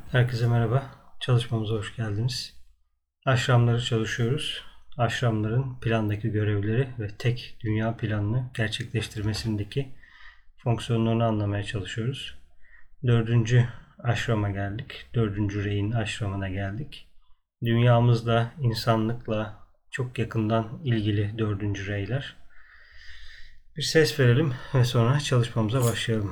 Herkese merhaba. Çalışmamıza hoş geldiniz. Aşramları çalışıyoruz. Aşramların plandaki görevleri ve tek dünya planını gerçekleştirmesindeki fonksiyonlarını anlamaya çalışıyoruz. Dördüncü aşrama geldik. Dördüncü reyin aşramına geldik. Dünyamızla, insanlıkla çok yakından ilgili dördüncü reyler. Bir ses verelim ve sonra çalışmamıza başlayalım.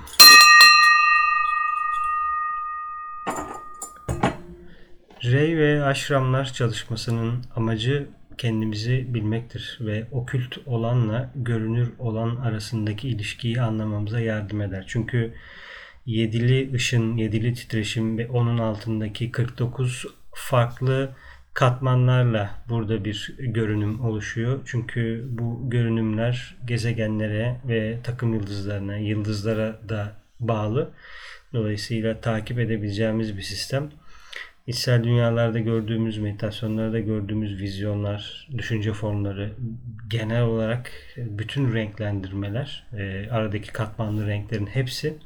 Rey ve aşramlar çalışmasının amacı kendimizi bilmektir ve okült olanla görünür olan arasındaki ilişkiyi anlamamıza yardım eder. Çünkü yedili ışın, yedili titreşim ve onun altındaki 49 farklı katmanlarla burada bir görünüm oluşuyor. Çünkü bu görünümler gezegenlere ve takım yıldızlarına, yıldızlara da bağlı. Dolayısıyla takip edebileceğimiz bir sistem. İçsel dünyalarda gördüğümüz, meditasyonlarda gördüğümüz vizyonlar, düşünce formları, genel olarak bütün renklendirmeler, aradaki katmanlı renklerin hepsi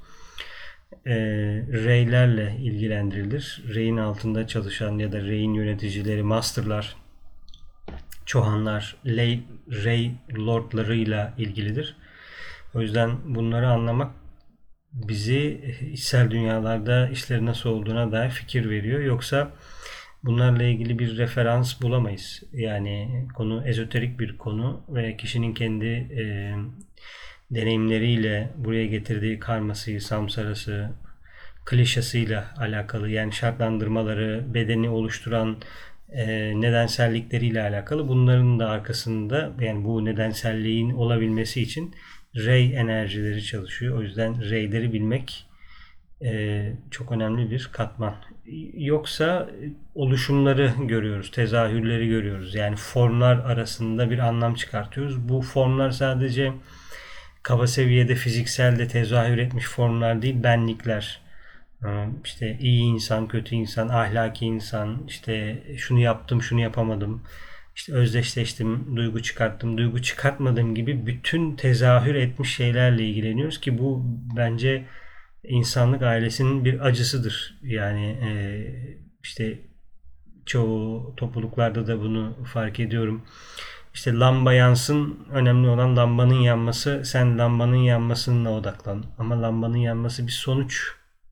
reylerle ilgilendirilir. Rey'in altında çalışan ya da rey'in yöneticileri, masterlar, çohanlar, rey lordlarıyla ilgilidir. O yüzden bunları anlamak bizi içsel dünyalarda işleri nasıl olduğuna dair fikir veriyor. Yoksa bunlarla ilgili bir referans bulamayız. Yani konu ezoterik bir konu ve kişinin kendi deneyimleriyle buraya getirdiği karması, samsarası, klişasıyla alakalı, yani şartlandırmaları, bedeni oluşturan nedensellikleriyle alakalı. Bunların da arkasında, yani bu nedenselliğin olabilmesi için rey enerjileri çalışıyor. O yüzden reyleri bilmek çok önemli bir katman. Yoksa oluşumları görüyoruz, tezahürleri görüyoruz. Yani formlar arasında bir anlam çıkartıyoruz. Bu formlar sadece kaba seviyede fizikselde tezahür etmiş formlar değil, benlikler. İşte iyi insan, kötü insan, ahlaki insan, işte şunu yaptım, şunu yapamadım, işte özdeşleştim, duygu çıkarttım, duygu çıkartmadım gibi bütün tezahür etmiş şeylerle ilgileniyoruz ki bu bence insanlık ailesinin bir acısıdır. Yani işte çoğu topluluklarda da bunu fark ediyorum. İşte lamba yansın, önemli olan lambanın yanması. Sen lambanın yanmasına odaklan. Ama lambanın yanması bir sonuç.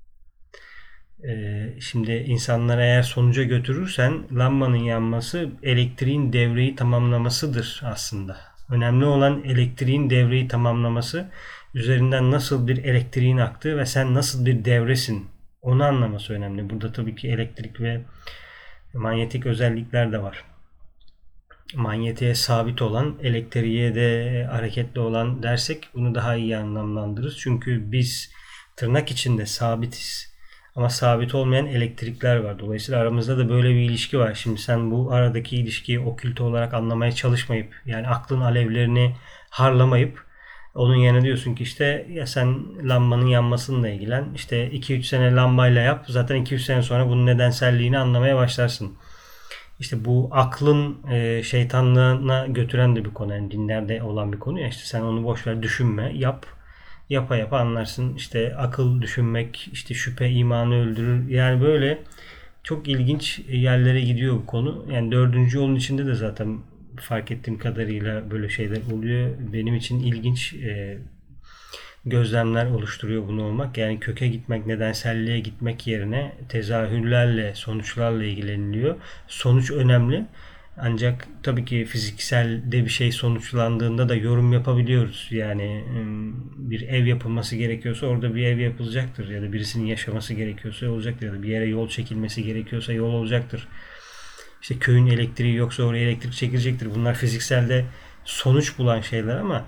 Şimdi insanları eğer sonuca götürürsen lambanın yanması elektriğin devreyi tamamlamasıdır aslında. Önemli olan elektriğin devreyi tamamlaması, üzerinden nasıl bir elektriğin aktığı ve sen nasıl bir devresin onu anlaması önemli. Burada tabii ki elektrik ve manyetik özellikler de var. Manyetiğe sabit olan, elektriğe de hareketli olan dersek bunu daha iyi anlamlandırırız. Çünkü biz tırnak içinde sabitiz. Ama sabit olmayan elektrikler var. Dolayısıyla aramızda da böyle bir ilişki var. Şimdi sen bu aradaki ilişkiyi okült olarak anlamaya çalışmayıp, yani aklın alevlerini harlamayıp, onun yerine diyorsun ki işte ya sen lambanın yanmasıyla ilgilen. İşte 2-3 sene lambayla yap. Zaten 2-3 sene sonra bunun nedenselliğini anlamaya başlarsın. İşte bu aklın şeytanlığına götüren de bir konu. Yani dinlerde olan bir konu ya, işte sen onu boş ver, düşünme, yap. Yapa yapa anlarsın. İşte akıl, düşünmek, işte şüphe imanı öldürür. Yani böyle çok ilginç yerlere gidiyor bu konu. Yani dördüncü yolun içinde de zaten fark ettiğim kadarıyla böyle şeyler oluyor. Benim için ilginç gözlemler oluşturuyor bunu olmak. Yani köke gitmek, nedenselliğe gitmek yerine tezahürlerle, sonuçlarla ilgileniliyor. Sonuç önemli. Ancak tabii ki fizikselde bir şey sonuçlandığında da yorum yapabiliyoruz. Yani bir ev yapılması gerekiyorsa orada bir ev yapılacaktır. Ya da birisinin yaşaması gerekiyorsa olacaktır. Ya da bir yere yol çekilmesi gerekiyorsa yol olacaktır. İşte köyün elektriği yoksa oraya elektrik çekilecektir. Bunlar fizikselde sonuç bulan şeyler ama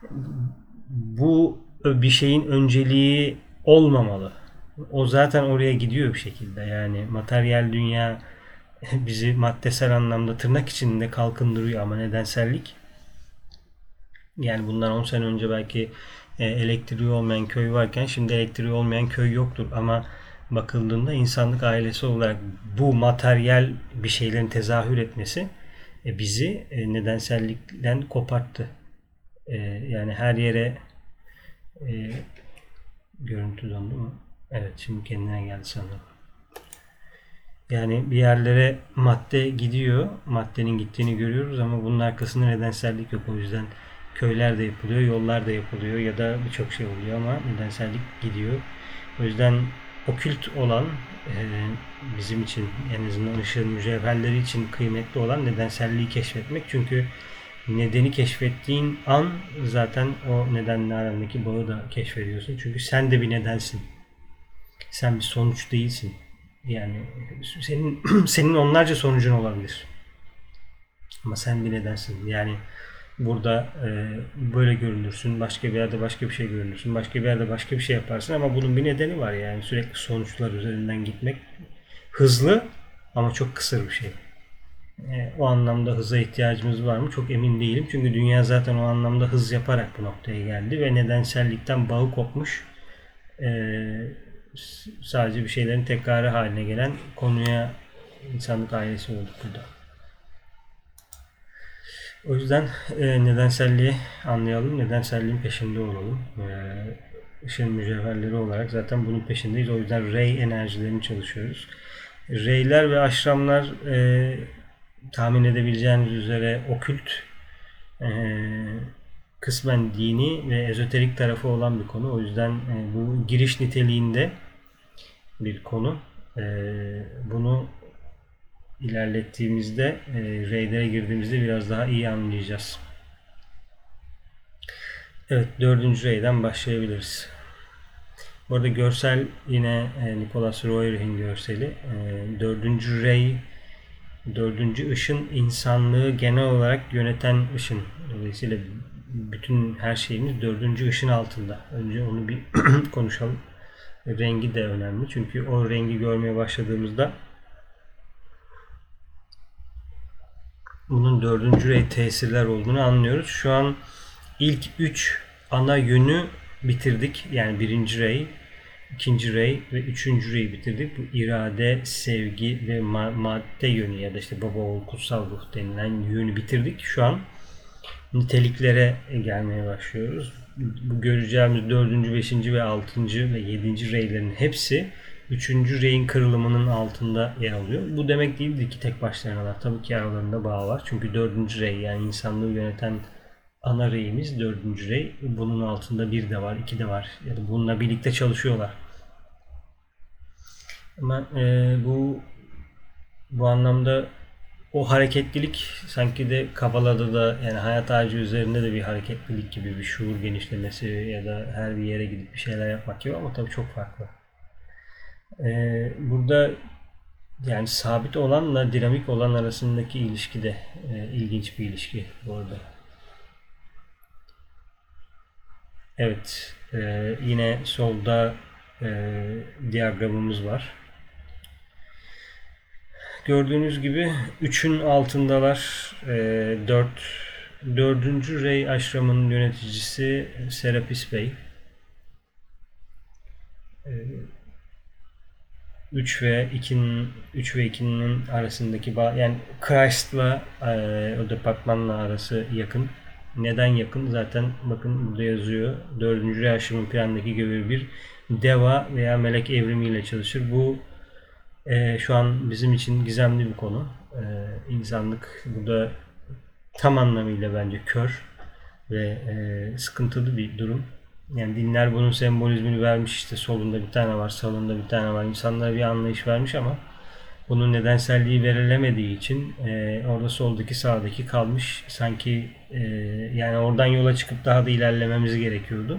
bu bir şeyin önceliği olmamalı. O zaten oraya gidiyor bir şekilde. Yani materyal dünya bizi maddesel anlamda tırnak içinde kalkındırıyor ama nedensellik, yani bundan 10 sene önce belki elektriği olmayan köy varken şimdi elektriği olmayan köy yoktur ama bakıldığında insanlık ailesi olarak bu materyal bir şeylerin tezahür etmesi bizi nedensellikten koparttı. Yani her yere görüntü dondu mu? Evet, şimdi kendine geldi sanırım. Yani bir yerlere madde gidiyor, maddenin gittiğini görüyoruz ama bunun arkasında nedensellik yok. O yüzden köyler de yapılıyor, yollar da yapılıyor ya da birçok şey oluyor ama nedensellik gidiyor. O yüzden okült olan bizim için en azından ışığın mücevherleri için kıymetli olan nedenselliği keşfetmek. Çünkü nedeni keşfettiğin an zaten o nedenle arandaki bağı da keşfediyorsun. Çünkü sen de bir nedensin. Sen bir sonuç değilsin. Yani senin onlarca sonucun olabilir. Ama sen bir nedensin. Yani burada böyle görünürsün, başka bir yerde başka bir şey görünürsün, başka bir yerde başka bir şey yaparsın ama bunun bir nedeni var yani sürekli sonuçlar üzerinden gitmek hızlı ama çok kısır bir şey. O anlamda hıza ihtiyacımız var mı? Çok emin değilim. Çünkü dünya zaten o anlamda hız yaparak bu noktaya geldi ve nedensellikten bağı kopmuş. Sadece bir şeylerin tekrarı haline gelen konuya insanlık ailesi olduk burada. O yüzden nedenselliği anlayalım, nedenselliğin peşinde olalım. Işığın mücevherleri olarak zaten bunun peşindeyiz. O yüzden Ray enerjilerini çalışıyoruz. Ray'ler ve aşramlar tahmin edebileceğiniz üzere okült, kısmen dini ve ezoterik tarafı olan bir konu. O yüzden bu giriş niteliğinde bir konu. Bunu ilerlettiğimizde, Ray'lere girdiğimizde biraz daha iyi anlayacağız. Evet, 4. Ray'den başlayabiliriz. Bu arada görsel yine Nicholas Roerch'in görseli. 4. Ray, 4. ışın insanlığı genel olarak yöneten ışın. Dolayısıyla bütün her şeyimiz 4. ışın altında. Önce onu bir konuşalım. Rengi de önemli. Çünkü o rengi görmeye başladığımızda bunun 4. Ray tesirler olduğunu anlıyoruz. Şu an ilk 3 ana yönü bitirdik. Yani 1. Ray, 2. Ray ve 3. Ray'i bitirdik. Bu irade, sevgi ve madde yönü ya da işte baba oğul kutsal ruh denilen yönü bitirdik. Şu an niteliklere gelmeye başlıyoruz. Bu göreceğimiz 4. 5. ve 6. ve 7. Ray'lerin hepsi 3. Ray'in kırılımının altında yer alıyor. Bu demek değildir ki tek başlarına. Tabii ki aralarında bağ var. Çünkü 4. Ray yani insanlığı yöneten ana Ray'imiz 4. Ray. Bunun altında 1 de var, 2 de var. Ya da bununla birlikte çalışıyorlar. Ama bu anlamda o hareketlilik sanki de Kabala'da da yani hayat ağacı üzerinde de bir hareketlilik gibi bir şuur genişlemesi ya da her bir yere gidip bir şeyler yapmak gibi ama tabii çok farklı. Burada yani sabit olanla dinamik olan arasındaki ilişki de ilginç bir ilişki bu arada. Evet, yine solda diyagramımız var. Gördüğünüz gibi 3'ün altındalar. 4. Ray aşramının yöneticisi Serapis Bey. 3 ve 2'nin arasındaki bağ yani Christ'la o departmanla arası yakın. Neden yakın? Zaten bakın burada yazıyor. 4. Ray aşramının plandaki gibi bir deva veya melek evrimiyle çalışır. Bu şu an bizim için gizemli bir konu. İnsanlık burada tam anlamıyla bence kör ve sıkıntılı bir durum. Yani dinler bunun sembolizmini vermiş işte solunda bir tane var, sağında bir tane var. İnsanlara bir anlayış vermiş ama bunun nedenselliği verilemediği için orada soldaki sağdaki kalmış. Sanki yani oradan yola çıkıp daha da ilerlememiz gerekiyordu.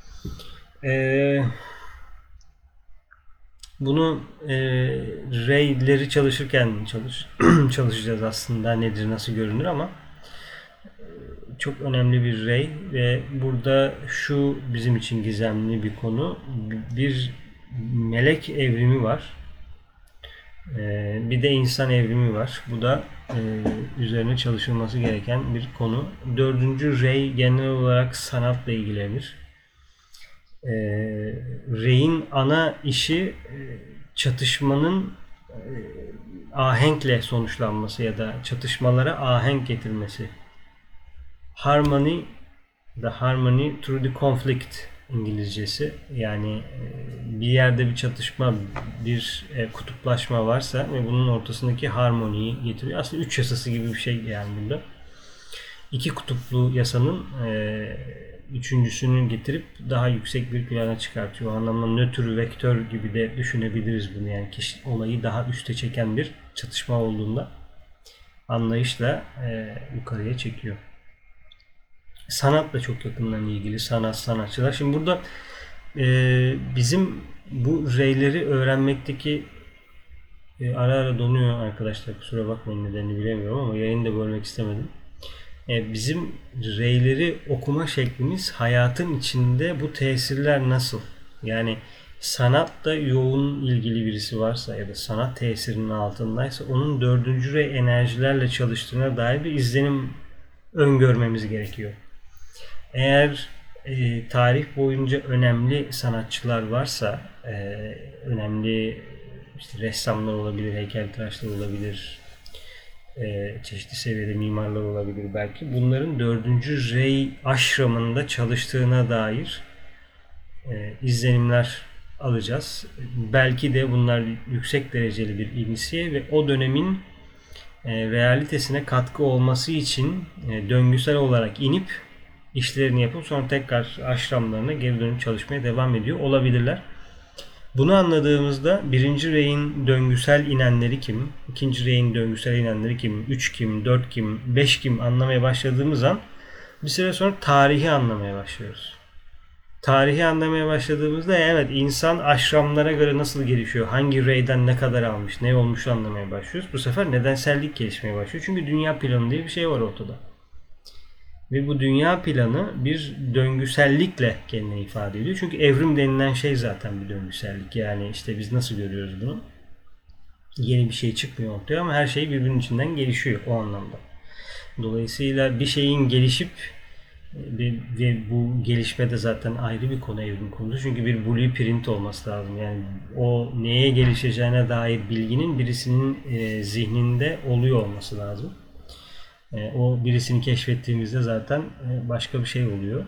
Bunu Ray'leri çalışırken çalışacağız aslında nedir nasıl görünür ama çok önemli bir Ray ve burada şu bizim için gizemli bir konu. Bir melek evrimi var. Bir de insan evrimi var. Bu da üzerine çalışılması gereken bir konu. 4. Ray genel olarak sanatla ilgilenir. Ray'in ana işi çatışmanın ahenkle sonuçlanması ya da çatışmalara ahenk getirmesi. Harmony, the harmony through the conflict İngilizcesi. Yani bir yerde bir çatışma, bir kutuplaşma varsa ve bunun ortasındaki harmoniyi getiriyor. Aslında üç yasası gibi bir şey yani burada. İki kutuplu yasanın üçüncüsünü getirip daha yüksek bir plana çıkartıyor. O anlamda nötr vektör gibi de düşünebiliriz bunu. Yani olayı daha üste çeken bir çatışma olduğunda anlayışla yukarıya çekiyor. Sanatla çok yakından ilgili, sanatçılar. Şimdi burada bizim bu reyleri öğrenmekteki ara ara donuyor arkadaşlar, kusura bakmayın, nedenini bilemiyorum ama yayını da bölmek istemedim. Bizim reyleri okuma şeklimiz, hayatın içinde bu tesirler nasıl? Yani sanatla yoğun ilgili birisi varsa ya da sanat tesirinin altındaysa onun dördüncü rey enerjilerle çalıştığına dair bir izlenim öngörmemiz gerekiyor. Eğer tarih boyunca önemli sanatçılar varsa, önemli işte ressamlar olabilir, heykeltıraşlar olabilir, çeşitli seviyede mimarlar olabilir belki. Bunların dördüncü rey aşramında çalıştığına dair izlenimler alacağız. Belki de bunlar yüksek dereceli bir inisiye ve o dönemin realitesine katkı olması için döngüsel olarak inip işlerini yapıp sonra tekrar aşramlarına geri dönüp çalışmaya devam ediyor olabilirler. Bunu anladığımızda birinci reyin döngüsel inenleri kim, ikinci reyin döngüsel inenleri kim, 3 kim, 4 kim, 5 kim anlamaya başladığımız an bir süre sonra tarihi anlamaya başlıyoruz. Tarihi anlamaya başladığımızda evet, insan aşramlara göre nasıl gelişiyor, hangi reyden ne kadar almış, ne olmuş anlamaya başlıyoruz. Bu sefer nedensellik gelişmeye başlıyor. Çünkü dünya planı diye bir şey var ortada. Ve bu dünya planı bir döngüsellikle kendini ifade ediyor. Çünkü evrim denilen şey zaten bir döngüsellik. Yani işte biz nasıl görüyoruz bunu? Yeni bir şey çıkmıyor ortaya ama her şey birbirinin içinden gelişiyor o anlamda. Dolayısıyla bir şeyin gelişip ve bu gelişme de zaten ayrı bir konu, evrim konusu. Çünkü bir blueprint olması lazım. Yani o neye gelişeceğine dair bilginin birisinin zihninde oluyor olması lazım. O birisini keşfettiğimizde zaten başka bir şey oluyor.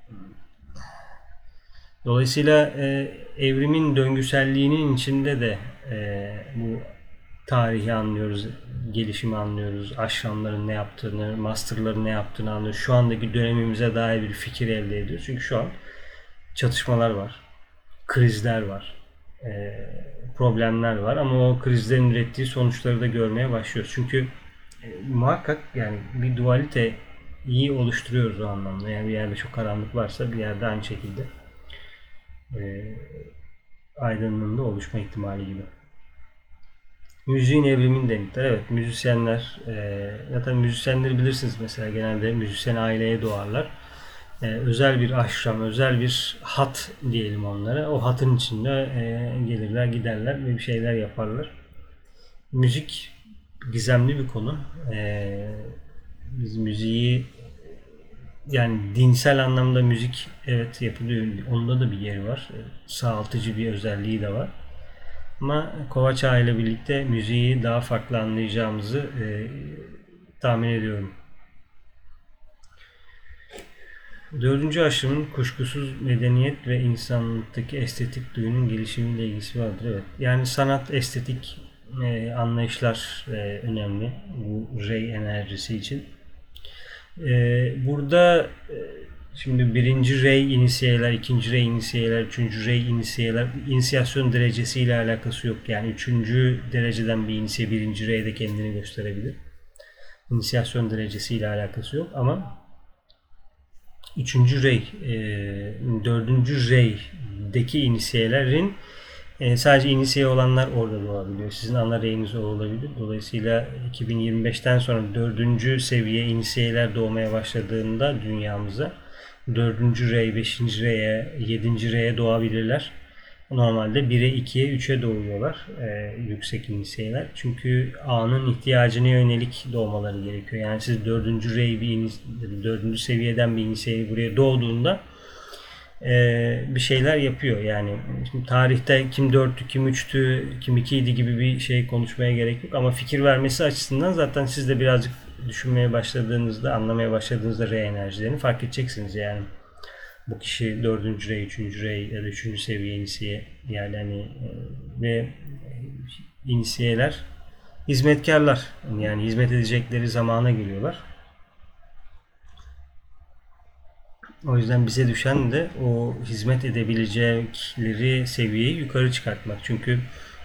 Dolayısıyla evrimin döngüselliğinin içinde de bu tarihi anlıyoruz, gelişimi anlıyoruz, aşramların ne yaptığını, masterların ne yaptığını anlıyoruz. Şu andaki dönemimize dair bir fikir elde ediyoruz. Çünkü şu an çatışmalar var, krizler var, problemler var ama o krizlerin ürettiği sonuçları da görmeye başlıyoruz. Çünkü muhakkak yani bir dualite iyi oluşturuyoruz o anlamda. Yani bir yerde çok karanlık varsa bir yerde aynı şekilde aydınlığın da oluşma ihtimali gibi. Müziğin evrimin denetler. Evet, müzisyenler zaten müzisyenleri bilirsiniz, mesela genelde müzisyen aileye doğarlar. Özel bir aşram, özel bir hat diyelim onlara. O hatın içinde gelirler, giderler ve bir şeyler yaparlar. Müzik gizemli bir konu. Biz müziği, yani dinsel anlamda müzik evet yapılıyor. Onda da bir yeri var. Sağaltıcı bir özelliği de var. Ama Kovaç Ağa ile birlikte müziği daha farklı anlayacağımızı tahmin ediyorum. Dördüncü aşımın kuşkusuz medeniyet ve insanlıktaki estetik duyunun gelişimiyle ilgisi vardır. Evet. Yani sanat, estetik anlayışlar önemli bu rey enerjisi için. Burada şimdi birinci rey inisiyeler, ikinci rey inisiyeler, üçüncü rey inisiyeler, inisiyasyon derecesiyle alakası yok. Yani üçüncü dereceden bir inisiye birinci reyde kendini gösterebilir. İnisiyasyon derecesiyle alakası yok ama üçüncü rey, dördüncü reydeki inisiyelerin sadece inisiye olanlar orada doğabiliyor. Sizin ana reyiniz o olabilir. Dolayısıyla 2025'ten sonra dördüncü seviye inisiyeler doğmaya başladığında dünyamıza dördüncü rey, beşinci reye, yedinci reye doğabilirler. Normalde 1'e, 2'ye, 3'e doğuyorlar yüksek inisiyeler. Çünkü ağının ihtiyacına yönelik doğmaları gerekiyor. Yani siz dördüncü rey dördüncü seviyeden bir inisiye buraya doğduğunda bir şeyler yapıyor. Yani şimdi tarihte kim 4'tü, kim 3'tü, kim 2'ydi gibi bir şey konuşmaya gerek yok. Ama fikir vermesi açısından zaten siz de birazcık düşünmeye başladığınızda, anlamaya başladığınızda rey enerjilerini fark edeceksiniz yani. Bu kişi 4. rey, 3. rey ya da 3. seviye inisiye, yani hani ve inisiyeler hizmetkarlar. Yani hizmet edecekleri zamana geliyorlar. O yüzden bize düşen de o hizmet edebilecekleri seviyeyi yukarı çıkartmak. Çünkü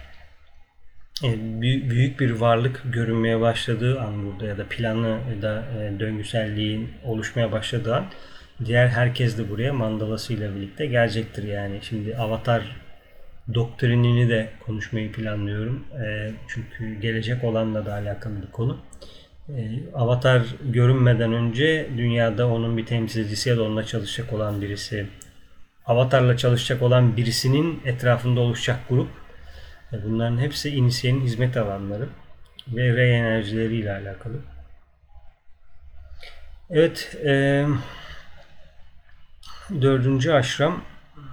büyük bir varlık görünmeye başladığı an burada ya da planlı ya da döngüselliğin oluşmaya başladığı an diğer herkes de buraya mandalasıyla birlikte gelecektir yani. Şimdi Avatar doktrinini de konuşmayı planlıyorum. Çünkü gelecek olanla da alakalı bir konu. Avatar görünmeden önce dünyada onun bir temsilcisi ya da onunla çalışacak olan birisi, Avatar'la çalışacak olan birisinin etrafında oluşacak grup. Bunların hepsi inisiyenin hizmet alanları ve rey enerjileriyle alakalı. Evet, 4. aşram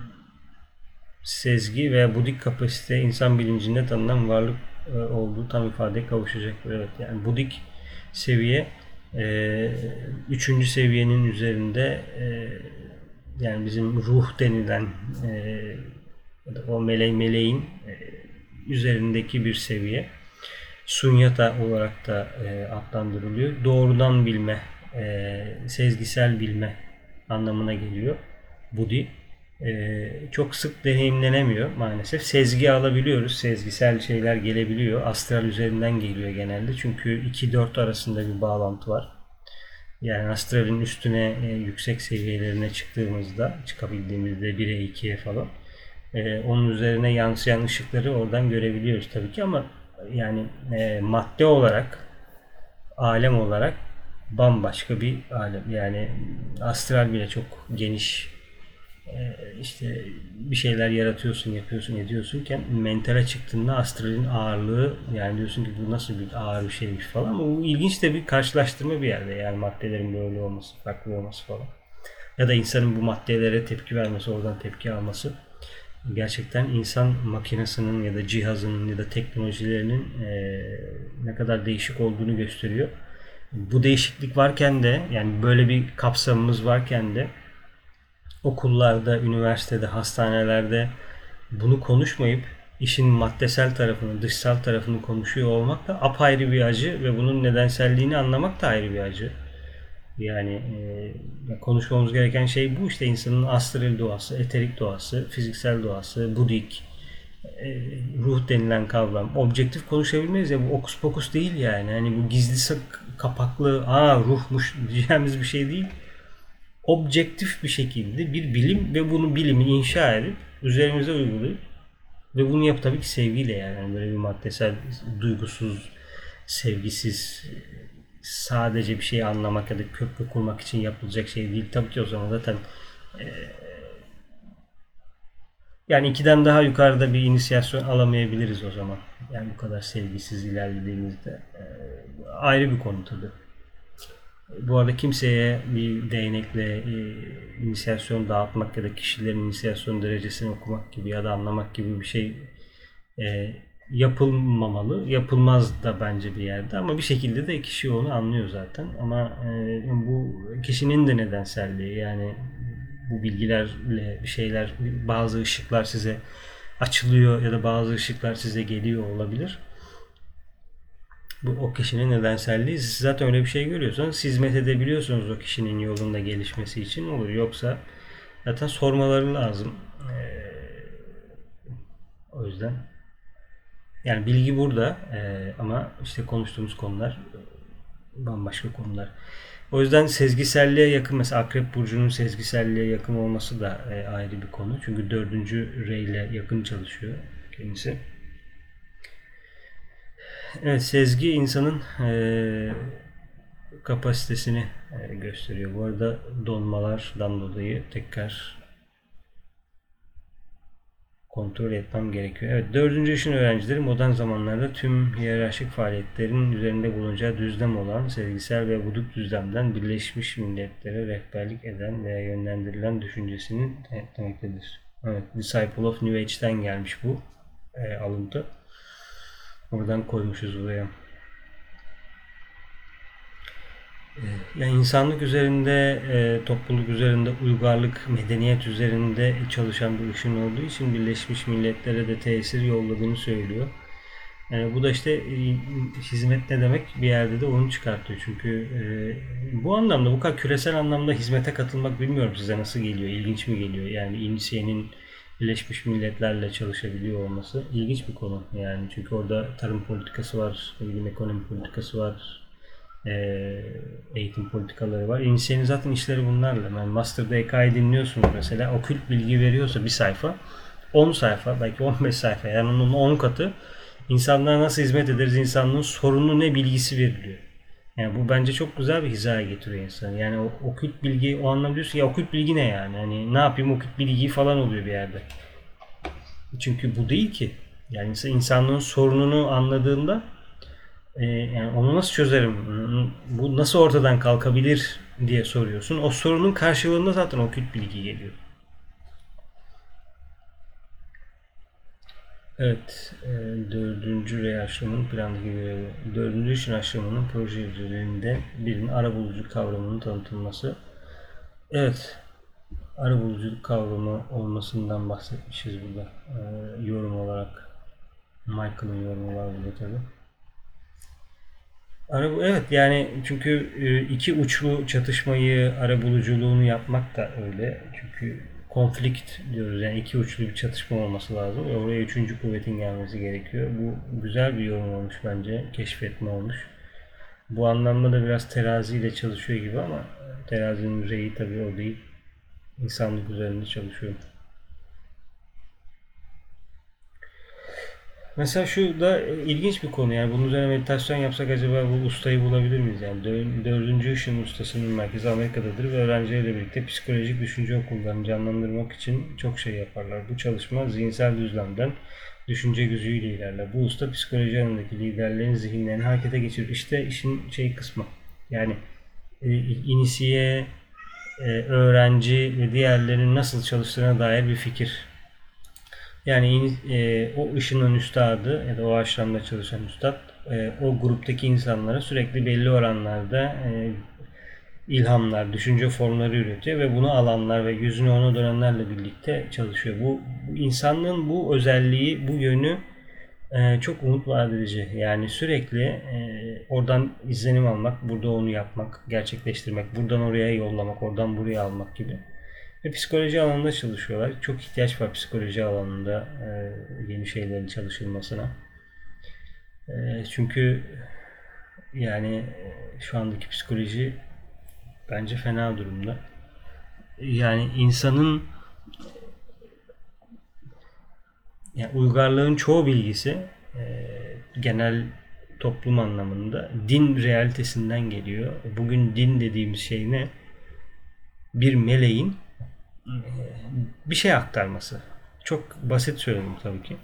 sezgi veya budik kapasite insan bilincinde tanınan varlık olduğu tam ifadeye kavuşacaktır. Evet, yani budik seviye 3. seviyenin üzerinde, yani bizim ruh denilen o meleğin üzerindeki bir seviye. Sunyata olarak da adlandırılıyor. Doğrudan bilme, sezgisel bilme anlamına geliyor. Budi. Çok sık deneyimlenemiyor maalesef. Sezgi alabiliyoruz. Sezgisel şeyler gelebiliyor. Astral üzerinden geliyor genelde. Çünkü 2-4 arasında bir bağlantı var. Yani astralin üstüne yüksek seviyelerine çıkabildiğimizde 1'e 2'ye falan onun üzerine yansıyan ışıkları oradan görebiliyoruz tabii ki, ama yani madde olarak, alem olarak bambaşka bir alem. Yani astral bile çok geniş, işte bir şeyler yaratıyorsun, yapıyorsun, ediyorsunken mentale çıktığında astralin ağırlığı, yani diyorsun ki bu nasıl bir ağır bir şeymiş falan, ama bu ilginç de bir karşılaştırma bir yerde, yani maddelerin böyle olması, farklı olması falan. Ya da insanın bu maddelere tepki vermesi, oradan tepki alması gerçekten insan makinesinin ya da cihazının ya da teknolojilerinin ne kadar değişik olduğunu gösteriyor. Bu değişiklik varken de, yani böyle bir kapsamımız varken de okullarda, üniversitede, hastanelerde bunu konuşmayıp işin maddesel tarafını, dışsal tarafını konuşuyor olmak da apayrı bir acı ve bunun nedenselliğini anlamak da ayrı bir acı. Yani konuşmamız gereken şey bu, işte insanın astral doğası, eterik doğası, fiziksel doğası, budik, ruh denilen kavram. Objektif konuşabilmeyiz ya, bu okus pokus değil yani. Hani bu gizli kapaklı, ruhmuş diyeceğimiz bir şey değil. Objektif bir şekilde bir bilim ve bunu bilimi inşa edip üzerimize uygulayıp ve bunu tabii ki sevgiyle, yani böyle bir maddesel, duygusuz, sevgisiz, sadece bir şeyi anlamak ya da köprü kurmak için yapılacak şey değil. Tabii ki o zaman zaten yani 2'den daha yukarıda bir inisiyasyon alamayabiliriz o zaman. Yani bu kadar sevgisiz ilerlediğimizde ayrı bir konu tabii. Bu arada kimseye bir değnekle inisiyasyon dağıtmak ya da kişilerin inisiyasyon derecesini okumak gibi ya da anlamak gibi bir şey yapılmamalı. Yapılmaz da bence bir yerde, ama bir şekilde de kişi onu anlıyor zaten. Ama bu kişinin de nedenselliği, yani bu bilgilerle bir şeyler, bazı ışıklar size açılıyor ya da bazı ışıklar size geliyor olabilir. Bu o kişinin nedenselliği. Siz zaten öyle bir şey görüyorsanız hizmet edebiliyorsunuz o kişinin yolunda gelişmesi için, olur. Yoksa zaten sormaları lazım. O yüzden yani bilgi burada, ama işte konuştuğumuz konular bambaşka konular. O yüzden sezgiselliğe yakın, mesela Akrep Burcu'nun sezgiselliğe yakın olması da ayrı bir konu. Çünkü 4. rey ile yakın çalışıyor kendisi. Evet, sezgi insanın kapasitesini gösteriyor. Bu arada donmalardan dolayı tekrar kontrol etmem gerekiyor. Evet, 4. yaşın öğrencileri modern zamanlarda tüm hiyerarşik faaliyetlerin üzerinde bulunacağı düzlem olan sezgisel ve buduk düzlemden Birleşmiş Milletler'e rehberlik eden veya yönlendirilen düşüncesinin denetlemektedir. Evet, Disciple of New Age'den gelmiş bu alıntı. Oradan koymuşuz buraya. Yani insanlık üzerinde, topluluk üzerinde, uygarlık, medeniyet üzerinde çalışan bir ışın olduğu için Birleşmiş Milletler'e de tesir yolladığını söylüyor. Bu da işte hizmet ne demek bir yerde de onu çıkartıyor. Çünkü bu anlamda bu kadar küresel anlamda hizmete katılmak bilmiyorum size nasıl geliyor, ilginç mi geliyor? Yani İNİSE'nin Birleşmiş Milletler'le çalışabiliyor olması ilginç bir konu. Yani çünkü orada tarım politikası var, ekonomi politikası var, eğitim politikaları var. İNİSE'nin zaten işleri bunlarla. Yani Master'da EKA'yı dinliyorsunuz mesela. Okült bilgi veriyorsa bir sayfa, 10 sayfa, belki 15 sayfa, yani onun 10 katı insanlara nasıl hizmet ederiz, insanlığın sorunu ne bilgisi veriliyor. Yani bu bence çok güzel bir hizaya getiriyor insanı. Yani o okült bilgi, o anlamda diyorsun ya, okült bilgi ne yani? Hani ne yapayım okült bilgiyi falan oluyor bir yerde. Çünkü bu değil ki. Yani insanlığın sorununu anladığında yani onu nasıl çözerim? Bu nasıl ortadan kalkabilir diye soruyorsun. O sorunun karşılığında zaten okült bilgi geliyor. Evet, dördüncü rey aşımının plandaki görevi. Dördüncü işin aşımının proje üzerinde birinin arabuluculuk kavramının tanıtılması. Evet, arabuluculuk kavramı olmasından bahsetmişiz burada. Yorum olarak. Michael'ın yorumu var burada tabii. Evet, yani çünkü iki uçlu çatışmayı, arabuluculuğunu yapmak da öyle. Çünkü konflikt diyoruz, yani iki uçlu bir çatışma olması lazım ve oraya üçüncü kuvvetin gelmesi gerekiyor. Bu güzel bir yorum olmuş bence, keşfetme olmuş. Bu anlamda da biraz teraziyle çalışıyor gibi ama terazinin reyi tabii o değil. İnsanlık üzerinde çalışıyor. Mesela şu da ilginç bir konu, yani bunun üzerine meditasyon yapsak acaba bu ustayı bulabilir miyiz? Yani dördüncü ışın ustasının merkezi Amerika'dadır ve öğrencileriyle birlikte psikolojik düşünce okullarını canlandırmak için çok şey yaparlar. Bu çalışma zihinsel düzlemden düşünce gücüyle ilerler. Bu usta psikoloji alanındaki liderlerin zihinlerini harekete geçirir. İşte işin şey kısmı. Yani inisiye, öğrenci ve diğerlerinin nasıl çalıştığına dair bir fikir. Yani o ışının üstadı ya da o aşramda çalışan üstad o gruptaki insanlara sürekli belli oranlarda ilhamlar, düşünce formları üretiyor ve bunu alanlar ve yüzünü ona dönenlerle birlikte çalışıyor. Bu insanlığın bu özelliği, bu yönü çok umut vaat edici. Yani sürekli oradan izlenim almak, burada onu yapmak, gerçekleştirmek, buradan oraya yollamak, oradan buraya almak gibi. Ve psikoloji alanında çalışıyorlar. Çok ihtiyaç var psikoloji alanında yeni şeylerin çalışılmasına. Çünkü yani şu andaki psikoloji bence fena durumda. Yani insanın, yani uygarlığın çoğu bilgisi genel toplum anlamında din realitesinden geliyor. Bugün din dediğimiz şey ne? Bir meleğin bir şey aktarması. Çok basit söyledim tabii ki.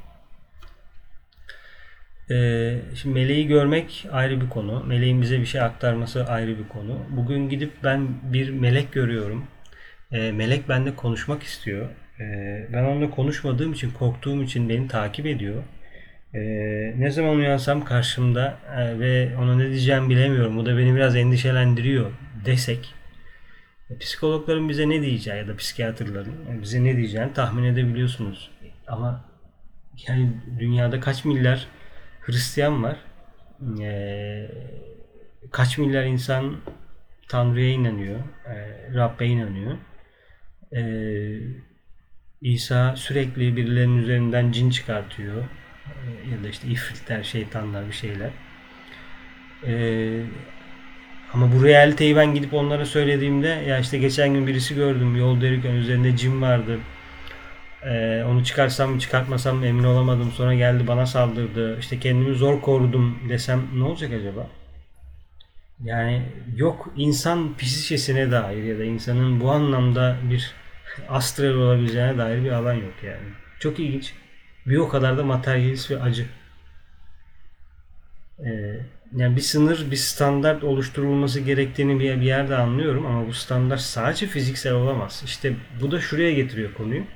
Şimdi meleği görmek ayrı bir konu. Meleğin bize bir şey aktarması ayrı bir konu. Bugün gidip ben bir melek görüyorum. Melek benimle konuşmak istiyor. Ben onunla konuşmadığım için, korktuğum için beni takip ediyor. Ne zaman uyansam karşımda ve ona ne diyeceğimi bilemiyorum. Bu da beni biraz endişelendiriyor desek, psikologların bize ne diyeceği ya da psikiyatrların bize ne diyeceğini tahmin edebiliyorsunuz. Ama yani dünyada kaç milyar Hristiyan var? Ee, Kaç milyar insan Tanrı'ya inanıyor, Rab'be inanıyor. Ee, İsa sürekli birilerinin üzerinden cin çıkartıyor. Ya da işte ifritler, şeytanlar, bir şeyler. Ee, Ama bu realiteyi ben gidip onlara söylediğimde, ya işte geçen gün birisi gördüm yolda yürürken, üzerinde cin vardı. Onu çıkarsam mı çıkartmasam mı emin olamadım. Sonra geldi bana saldırdı. İşte kendimi zor korudum desem ne olacak acaba? Yani yok, insan psişesine dair ya da insanın bu anlamda bir astral olabileceğine dair bir alan yok yani. Çok ilginç. Bir o kadar da materyalist ve acı. Yani bir sınır, bir standart oluşturulması gerektiğini bir yerde anlıyorum ama bu standart sadece fiziksel olamaz. İşte bu da şuraya getiriyor konuyu.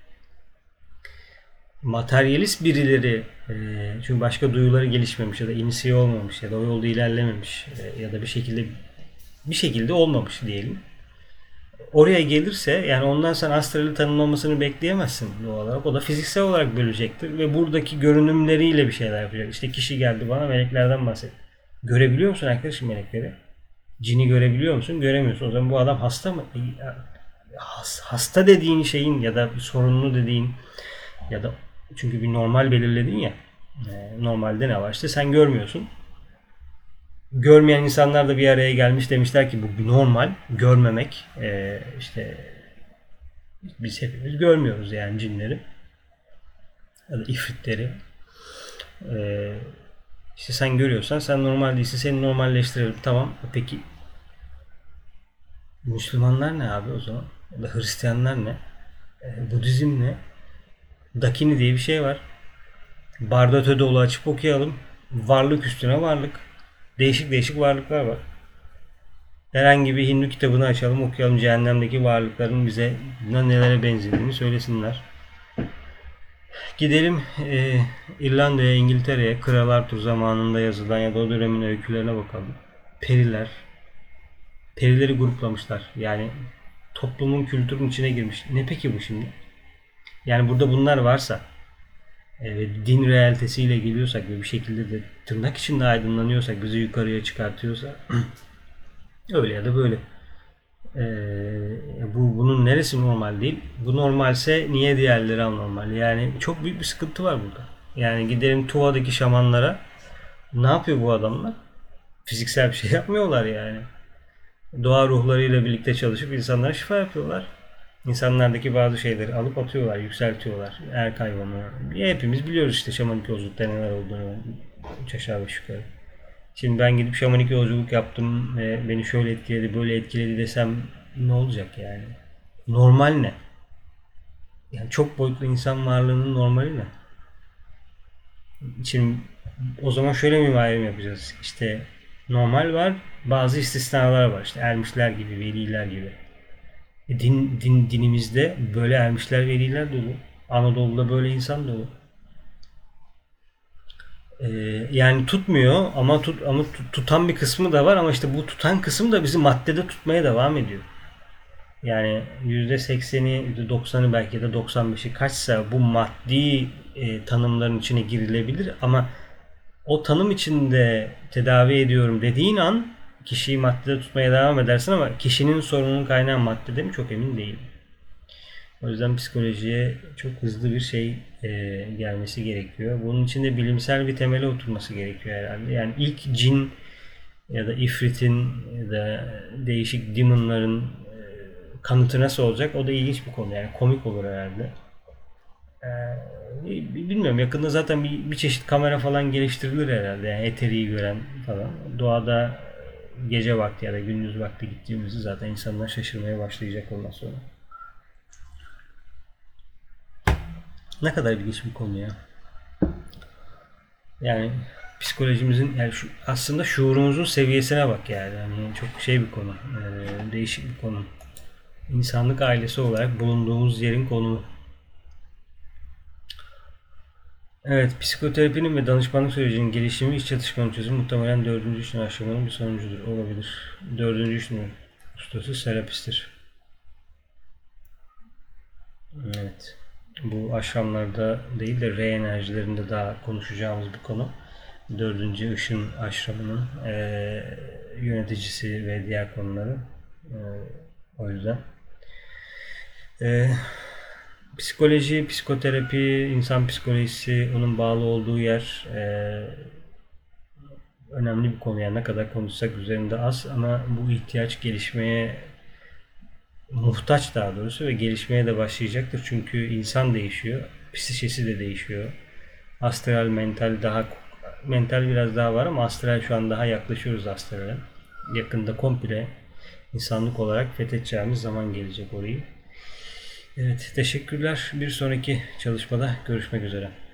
Materyalist birileri, çünkü başka duyuları gelişmemiş ya da inisiye olmamış ya da o yolda ilerlememiş ya da bir şekilde bir şekilde olmamış diyelim. Oraya gelirse yani ondan sen astrali tanımlamasını bekleyemezsin doğal olarak. O da fiziksel olarak bölecektir ve buradaki görünümleriyle bir şeyler yapacak. İşte kişi geldi bana meleklerden bahset. Görebiliyor musun arkadaşım melekleri? Cini görebiliyor musun? Göremiyorsun. O zaman bu adam hasta mı? Hasta dediğin şeyin ya da sorunlu dediğin ya da çünkü bir normal belirledin ya. Normalde ne var? İşte sen görmüyorsun. Görmeyen insanlar da bir araya gelmiş demişler ki bu bir normal. Görmemek. İşte biz hepimiz görmüyoruz yani cinleri. Ya da ifritleri. Ee, işte sen görüyorsan sen normal değilsin. Seni normalleştirelim. Tamam. Peki Müslümanlar ne abi o zaman? Ya da Hristiyanlar ne? Budizm ne? Dakini diye bir şey var. Barda Tödoğlu açıp okuyalım. Varlık üstüne varlık. Değişik değişik varlıklar var. Herhangi bir Hindu kitabını açalım okuyalım. Cehennemdeki varlıkların bize nelere benzediğini söylesinler. Gidelim İrlanda'ya, İngiltere'ye, Kral Arthur zamanında yazılan ya da o dönemin öykülerine bakalım. Periler. Perileri gruplamışlar. Yani toplumun kültürün içine girmiş. Ne peki bu şimdi? Yani burada bunlar varsa din realitesiyle geliyorsak ve bir şekilde de tırnak içinde aydınlanıyorsak, bizi yukarıya çıkartıyorsa öyle ya da böyle. Bunun neresi normal değil? Bu normalse niye diğerleri anormal? Yani çok büyük bir sıkıntı var burada. Yani gidelim Tuva'daki şamanlara. Ne yapıyor bu adamlar? Fiziksel bir şey yapmıyorlar yani. Doğa ruhlarıyla birlikte çalışıp insanlara şifa yapıyorlar. İnsanlardaki bazı şeyleri alıp atıyorlar, yükseltiyorlar. Hayvanı. Hepimiz biliyoruz işte şamanik yolculukta neler olduğunu. Üç aşağı beş yukarı. Şimdi ben gidip şamanik yolculuk yaptım ve beni şöyle etkiledi, böyle etkiledi desem ne olacak yani? Normal ne? Yani çok boyutlu insan varlığının normali ne? Şimdi o zaman şöyle bir ayrım yapacağız. İşte normal var, bazı istisnalar var. İşte ermişler gibi, veliler gibi. Dinimizde böyle ermişler, veliler dolu. Anadolu'da böyle insan dolu. Yani tutmuyor ama tutan bir kısmı da var ama işte bu tutan kısım da bizi maddede tutmaya devam ediyor. Yani %80'i, %90'ı belki de 95'i kaçsa bu maddi tanımların içine girilebilir ama o tanım içinde tedavi ediyorum dediğin an kişiyi maddede tutmaya devam edersin ama kişinin sorunun kaynağı maddede mi çok emin değilim. O yüzden psikolojiye çok hızlı bir şey gelmesi gerekiyor. Bunun için de bilimsel bir temele oturması gerekiyor herhalde. Yani ilk cin ya da ifritin ya da değişik demonların kanıtı nasıl olacak? O da ilginç bir konu. Yani komik olur herhalde. Bilmiyorum. Yakında zaten bir çeşit kamera falan geliştirilir herhalde. Yani eteriyi gören falan. Doğada gece vakti ya da gündüz vakti gittiğimizde zaten insanlar şaşırmaya başlayacak ondan sonra. Ne kadar ilginç bir konu ya. Yani psikolojimizin yani aslında şuurumuzun seviyesine bak yani. Yani çok şey bir konu. Değişik bir konu. İnsanlık ailesi olarak bulunduğumuz yerin konumu. Evet, psikoterapinin ve danışmanlık sürecinin gelişimi, iç çatışmanın çözümü muhtemelen dördüncü işin aşamanın bir sonucudur. Olabilir. Dördüncü işin ustası terapisttir. Evet. Bu aşramlarda değil de re enerjilerinde daha konuşacağımız bir konu. Dördüncü ışın aşramının yöneticisi ve diğer konuları. O yüzden. Psikoloji, psikoterapi, insan psikolojisi, onun bağlı olduğu yer önemli bir konu. Yani ne kadar konuşsak üzerinde az ama bu ihtiyaç gelişmeye muhtaç daha doğrusu ve gelişmeye de başlayacaktır. Çünkü insan değişiyor. Psikolojisi de değişiyor. Astral, mental biraz daha var ama astral şu an daha yaklaşıyoruz astrale. Yakında komple insanlık olarak fethedeceğimiz zaman gelecek orayı. Evet, teşekkürler. Bir sonraki çalışmada görüşmek üzere.